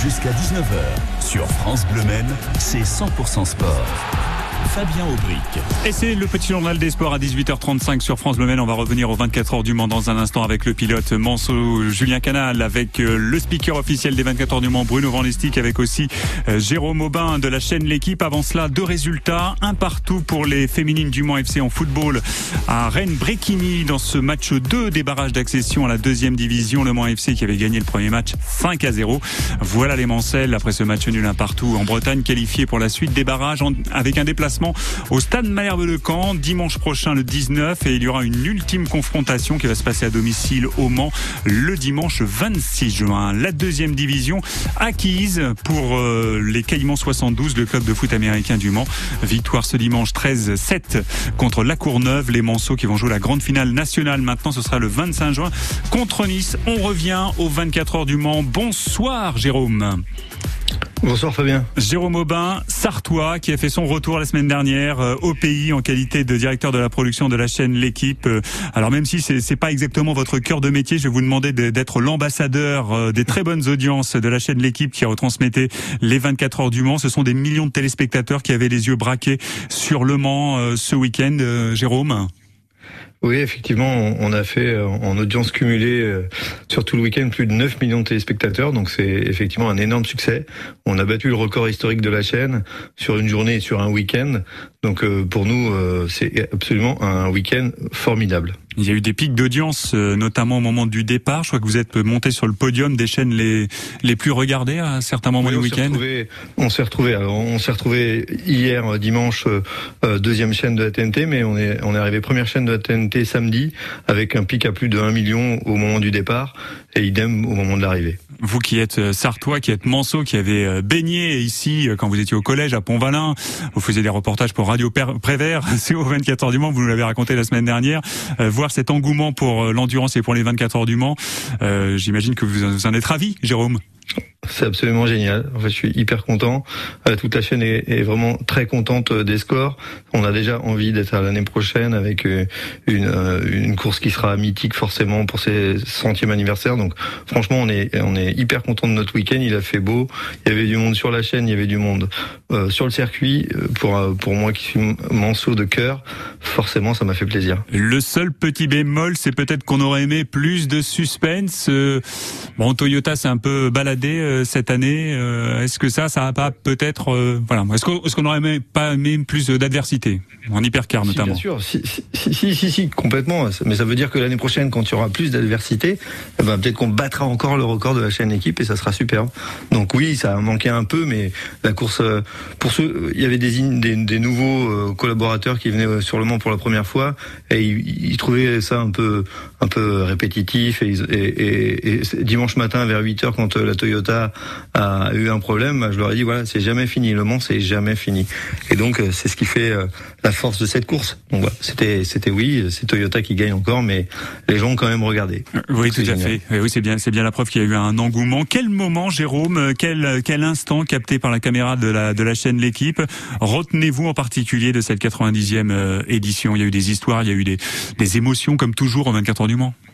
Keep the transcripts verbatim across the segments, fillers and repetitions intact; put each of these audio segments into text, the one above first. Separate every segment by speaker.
Speaker 1: Jusqu'à dix-neuf heures, sur France Bleu Maine, c'est cent pour cent sport. Fabien Aubric.
Speaker 2: Et c'est le petit journal des sports à dix-huit heures trente-cinq sur France Bleu Maine. On va revenir aux vingt-quatre heures du Mans dans un instant avec le pilote Manceau Julien Canal, avec le speaker officiel des vingt-quatre heures du Mans Bruno Van Listic, avec aussi Jérôme Aubin de la chaîne L'équipe. Avant cela, deux résultats, un partout pour les féminines du Mans F C en football à Rennes-Bréquigny dans ce match deux des barrages d'accession à la deuxième division. Le Mans F C qui avait gagné le premier match cinq à zéro. Voilà les Mancelles après ce match nul un partout en Bretagne, qualifié pour la suite des barrages avec un déplacement au stade Malherbe de Caen dimanche prochain le dix-neuf, et il y aura une ultime confrontation qui va se passer à domicile au Mans le dimanche vingt-six juin. La deuxième division acquise pour euh, les Caïmans soixante-douze, le club de foot américain du Mans. Victoire ce dimanche treize sept contre La Courneuve. Les Manceaux qui vont jouer la grande finale nationale maintenant, ce sera le vingt-cinq juin contre Nice. On revient aux vingt-quatre heures du Mans. Bonsoir Jérôme.
Speaker 3: Bonsoir Fabien.
Speaker 2: Jérôme Aubin, sartois, qui a fait son retour la semaine dernière euh, au pays en qualité de directeur de la production de la chaîne L'équipe. Euh, alors même si c'est, c'est pas exactement votre cœur de métier, je vais vous demander de, d'être l'ambassadeur euh, des très bonnes audiences de la chaîne L'équipe qui retransmettait les vingt-quatre heures du Mans. Ce sont des millions de téléspectateurs qui avaient les yeux braqués sur le Mans euh, ce week-end. Euh, Jérôme ?
Speaker 3: Oui, effectivement, on a fait en audience cumulée sur tout le week-end plus de neuf millions de téléspectateurs, donc c'est effectivement un énorme succès. On a battu le record historique de la chaîne sur une journée et sur un week-end, donc pour nous c'est absolument un week-end formidable.
Speaker 2: Il y a eu des pics d'audience, notamment au moment du départ. Je crois que vous êtes monté sur le podium des chaînes les les plus regardées à certains moments
Speaker 3: oui,
Speaker 2: du
Speaker 3: on
Speaker 2: week-end.
Speaker 3: S'est retrouvé, on s'est retrouvé. Alors, on s'est retrouvé hier dimanche, euh, deuxième chaîne de la T N T, mais on est on est arrivé première chaîne de la T N T samedi avec un pic à plus de un million au moment du départ et idem au moment de l'arrivée.
Speaker 2: Vous qui êtes sartois, qui êtes Manceau, qui avez baigné ici quand vous étiez au collège à Pont-Valin, vous faisiez des reportages pour Radio Prévert, c'est aux vingt-quatre heures du Mans, vous nous l'avez raconté la semaine dernière. Euh, voir cet engouement pour l'endurance et pour les vingt-quatre heures du Mans, euh, j'imagine que vous en êtes ravi, Jérôme.
Speaker 3: C'est absolument génial. En fait, je suis hyper content. Euh, toute la chaîne est, est vraiment très contente des scores. On a déjà envie d'être à l'année prochaine avec euh, une, euh, une course qui sera mythique forcément pour ses centième anniversaire. Donc, franchement, on est on est hyper content de notre week-end. Il a fait beau. Il y avait du monde sur la chaîne. Il y avait du monde euh, sur le circuit. Pour pour moi qui suis Manceau de cœur, forcément, ça m'a fait plaisir.
Speaker 2: Le seul petit bémol, c'est peut-être qu'on aurait aimé plus de suspense. Euh, bon, Toyota s'est un peu baladé euh, cette année. Euh, est-ce que ça, ça va pas peut-être, euh, voilà. Est-ce qu'on, est-ce qu'on aurait aimé, pas aimé plus d'adversité en hypercar notamment?
Speaker 3: Si, bien sûr, si, si, si, si, si, complètement. Mais ça veut dire que l'année prochaine, quand il y aura plus d'adversité, eh ben, peut-être qu'on battra encore le record de la chaîne Équipe et ça sera superbe. Donc oui, ça a manqué un peu, mais la course, pour ceux, il y avait des, des, des nouveaux collaborateurs qui venaient sur le Mans pour la première fois et ils, ils trouvaient ça un peu, un peu répétitif et, et, et, et dimanche matin vers huit heures quand la Toyota a eu un problème, je leur ai dit voilà, c'est jamais fini. Le Mans, c'est jamais fini. Et donc, c'est ce qui fait la force de cette course. Donc voilà, c'était, c'était oui, c'est Toyota qui gagne encore, mais les gens ont quand même regardé.
Speaker 2: Oui,
Speaker 3: donc,
Speaker 2: tout à fait. Oui, c'est bien, c'est bien la preuve qu'il y a eu un engouement. Quel moment, Jérôme, quel, quel instant capté par la caméra de la, de la chaîne L'équipe retenez-vous en particulier de cette quatre-vingt-dixième édition? Il y a eu des histoires, il y a eu des, des émotions comme toujours aux vingt-quatre heures du Mans.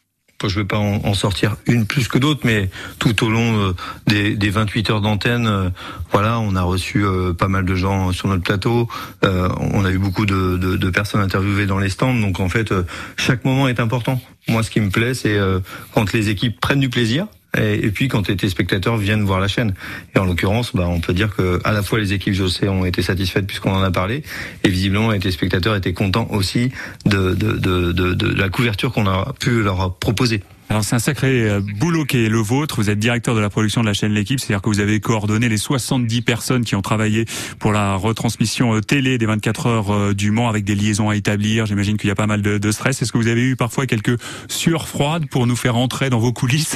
Speaker 3: Je ne vais pas en sortir une plus que d'autres, mais tout au long des, des vingt-huit heures d'antenne, euh, voilà, on a reçu euh, pas mal de gens sur notre plateau. Euh, on a eu beaucoup de, de, de personnes interviewées dans les stands. Donc en fait, euh, chaque moment est important. Moi, ce qui me plaît, c'est euh, quand les équipes prennent du plaisir. Et, et puis quand les téléspectateurs viennent voir la chaîne. Et en l'occurrence, bah, on peut dire que à la fois les équipes, je sais, ont été satisfaites puisqu'on en a parlé, et visiblement les téléspectateurs étaient contents aussi de, de, de, de, de la couverture qu'on a pu leur proposer.
Speaker 2: Alors c'est un sacré boulot qui est le vôtre. Vous êtes directeur de la production de la chaîne L'équipe, c'est-à-dire que vous avez coordonné les soixante-dix personnes qui ont travaillé pour la retransmission télé des vingt-quatre heures du Mans avec des liaisons à établir. J'imagine qu'il y a pas mal de, de stress. Est-ce que vous avez eu parfois quelques sueurs froides pour nous faire entrer dans vos coulisses?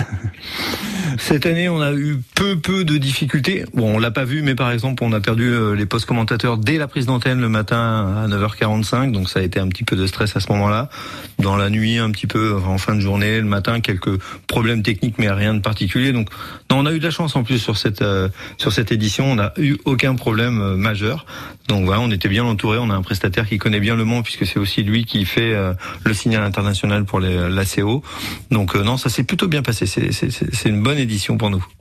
Speaker 3: Cette année, on a eu peu, peu de difficultés. Bon, on l'a pas vu, mais par exemple, on a perdu les postes commentateurs dès la prise d'antenne le matin à neuf heures quarante-cinq, donc ça a été un petit peu de stress à ce moment-là. Dans la nuit, un petit peu en fin de journée, le matin, quelques problèmes techniques, mais rien de particulier. Donc, non, on a eu de la chance en plus sur cette euh, sur cette édition. On n'a eu aucun problème euh, majeur. Donc voilà, on était bien entouré. On a un prestataire qui connaît bien le Mans puisque c'est aussi lui qui fait euh, le signal international pour les, l'A C O. Donc euh, non, ça s'est plutôt bien passé. C'est, c'est, c'est une bonne édition pour nous.